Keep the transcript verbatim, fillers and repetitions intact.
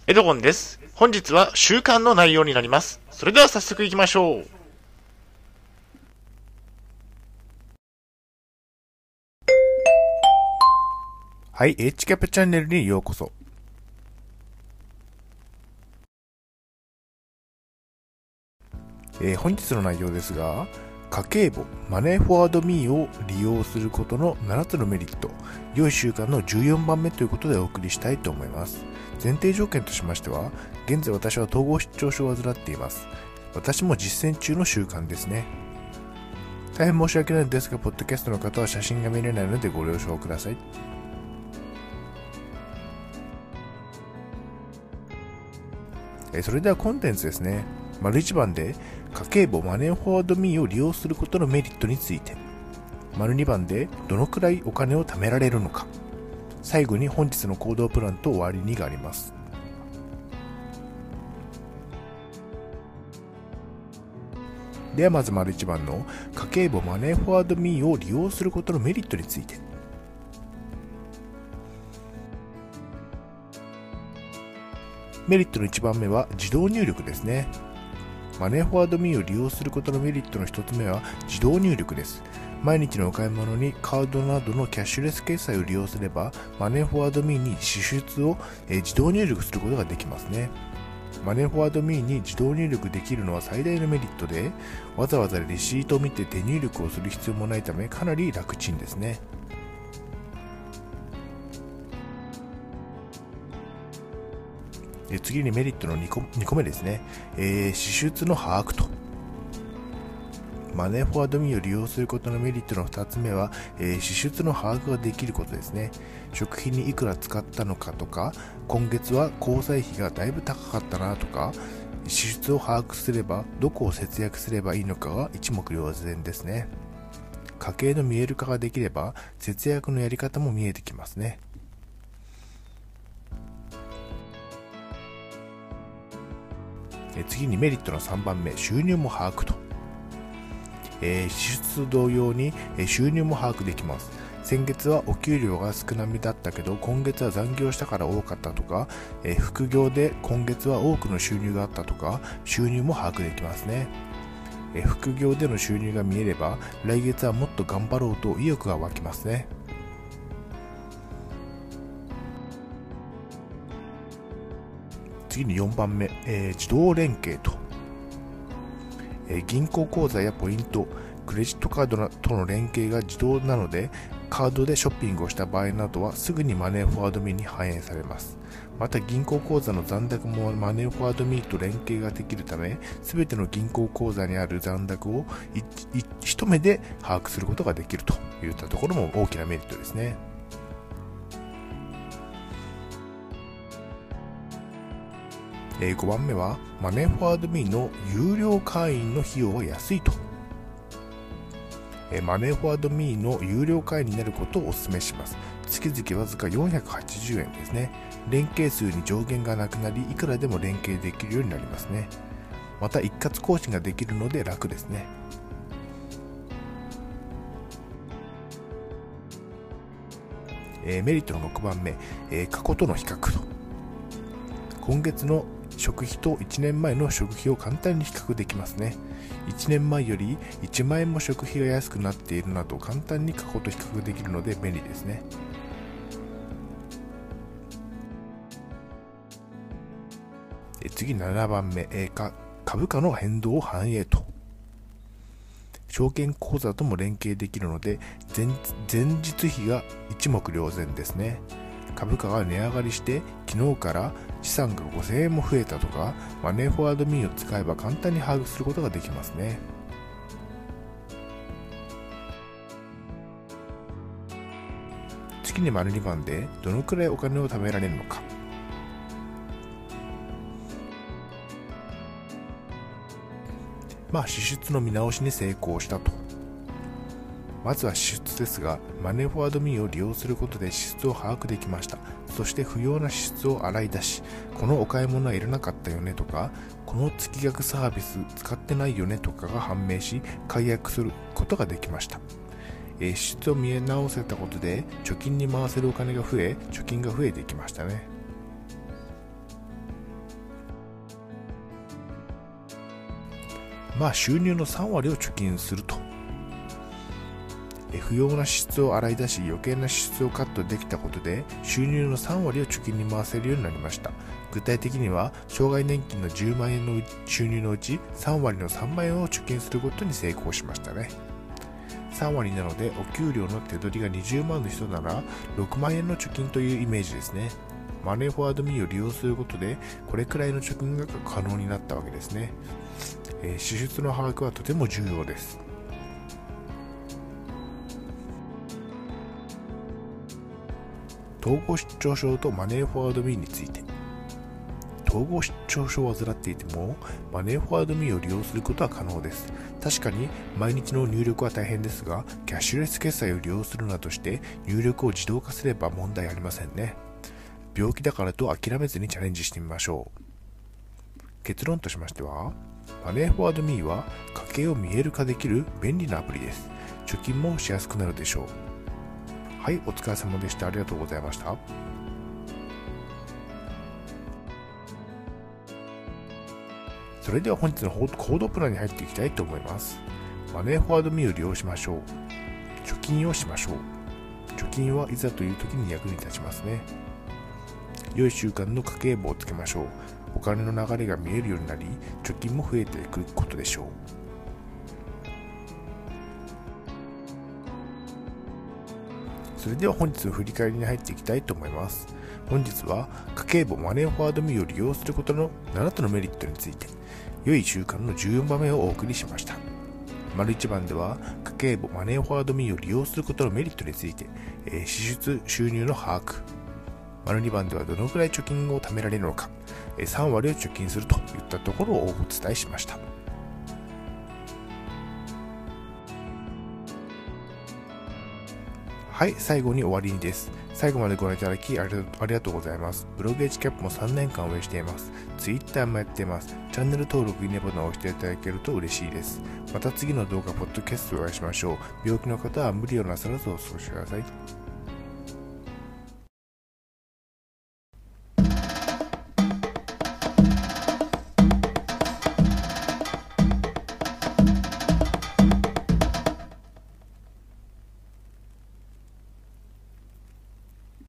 エドゴンです。本日は習慣の内容になります。それでは早速行きましょう。 はい、H キャプチャンネルにようこそ。えー、本日の内容ですが、家計簿マネーフォワードミーを利用することのななつのメリット、良い習慣のじゅうよんばんめということでお送りしたいと思います。前提条件としましては、現在私は統合失調症を患っています。私も実践中の習慣ですね。大変申し訳ないのですが、ポッドキャストの方は写真が見れないのでご了承ください。えー、それではコンテンツですね。丸いちばんで家計簿マネーフォワードミーを利用することのメリットについて、丸にばんでどのくらいお金を貯められるのか、最後に本日の行動プランと終わりにがあります。ではまず丸いちばんの家計簿マネーフォワードミーを利用することのメリットについて。メリットのいちばんめは自動入力ですね。マネーフォワードミーを利用することのメリットのひとつめは自動入力です。毎日のお買い物にカードなどのキャッシュレス決済を利用すれば、マネーフォワードミーに支出を自動入力することができますね。マネーフォワードミーに自動入力できるのは最大のメリットで、わざわざレシートを見て手入力をする必要もないため、かなり楽ちんですね。次にメリットの 2, 個にこめですね、えー、支出の把握と。マネーフォワードミーを利用することのメリットのふたつめは、えー、支出の把握ができることですね。食費にいくら使ったのかとか、今月は交際費がだいぶ高かったなとか、支出を把握すればどこを節約すればいいのかが一目瞭然ですね。家計の見える化ができれば節約のやり方も見えてきますね。次にメリットのさんばんめ、収入も把握と。えー、支出同様に収入も把握できます。先月はお給料が少なめだったけど今月は残業したから多かったとか、えー、副業で今月は多くの収入があったとか、収入も把握できますね。えー、副業での収入が見えれば来月はもっと頑張ろうと意欲が湧きますね。次によんばんめ、えー、自動連携と。えー、銀行口座やポイント、クレジットカードとの連携が自動なので、カードでショッピングをした場合などはすぐにマネーフォワードミーに反映されます。また銀行口座の残高もマネーフォワードミーと連携ができるため、すべての銀行口座にある残高を一目で把握することができるといったところも大きなメリットですね。ごばんめはマネーフォワードミーの有料会員の費用は安いと。マネーフォワードミーの有料会員になることをお勧めします。月々わずかよんひゃくはちじゅうえんですね。連携数に上限がなくなり、いくらでも連携できるようになりますね。また一括更新ができるので楽ですね。メリットのろくばんめ、過去との比較と。今月の食費といちねんまえの食費を簡単に比較できますね。いちねんまえよりいちまんえんも食費が安くなっているなど、簡単に過去と比較できるので便利ですね。次ななばんめ、えー、株価の変動を反映と。証券口座とも連携できるので 前, 前日比が一目瞭然ですね。株価が値上がりして昨日から資産がごせんえんも増えたとか、マネーフォワードミーを使えば簡単に把握することができますね。次に丸にばんでどのくらいお金を貯められるのか。まあ支出の見直しに成功したと。まずは支出ですが、マネーフォワードミーを利用することで支出を把握できました。そして不要な支出を洗い出し、このお買い物はいらなかったよねとか、この月額サービス使ってないよねとかが判明し、解約することができました。えー、支出を見え直せたことで貯金に回せるお金が増え、貯金が増えていきましたね。 まあ収入のさんわりを貯金すると。不要な支出を洗い出し余計な支出をカットできたことで収入のさんわりを貯金に回せるようになりました。具体的には障害年金のじゅうまんえんの収入のうちさんわりのさんまんえんを貯金することに成功しましたね。さんわりなのでお給料の手取りがにじゅうまんの人ならろくまんえんの貯金というイメージですね。マネーフォワードミーを利用することでこれくらいの貯金が可能になったわけですね。えー、支出の把握はとても重要です。統合失調症とマネーフォワードミーについて。統合失調症を患っていてもマネーフォワードミーを利用することは可能です。確かに毎日の入力は大変ですが、キャッシュレス決済を利用するなどして入力を自動化すれば問題ありませんね。病気だからと諦めずにチャレンジしてみましょう。結論としましては、マネーフォワードミーは家計を見える化できる便利なアプリです。貯金もしやすくなるでしょう。はい、お疲れ様でした。ありがとうございました。それでは本日のコードプランに入っていきたいと思います。マネーフォワードミーを利用しましょう。貯金をしましょう。貯金はいざという時に役に立ちますね。良い習慣の家計簿をつけましょう。お金の流れが見えるようになり、貯金も増えていくことでしょう。それでは本日の振り返りに入っていきたいと思います。本日は家計簿マネーフォワードミーを利用することのななつのメリットについて、良い習慣のじゅうよんばんめをお送りしました。丸いちばんでは家計簿マネーフォワードミーを利用することのメリットについて、えー、支出収入の把握。丸にばんではどのくらい貯金を貯められるのか、えー、さんわりを貯金するといったところをお伝えしました。はい、最後に終わりにです。最後までご覧いただきありがとうございます。ブログエッジキャップもさんねんかん運営しています。Twitter もやっています。チャンネル登録、いいねボタンを押していただけると嬉しいです。また次の動画、ポッドキャストでお会いしましょう。病気の方は無理をなさらずお過ごしください。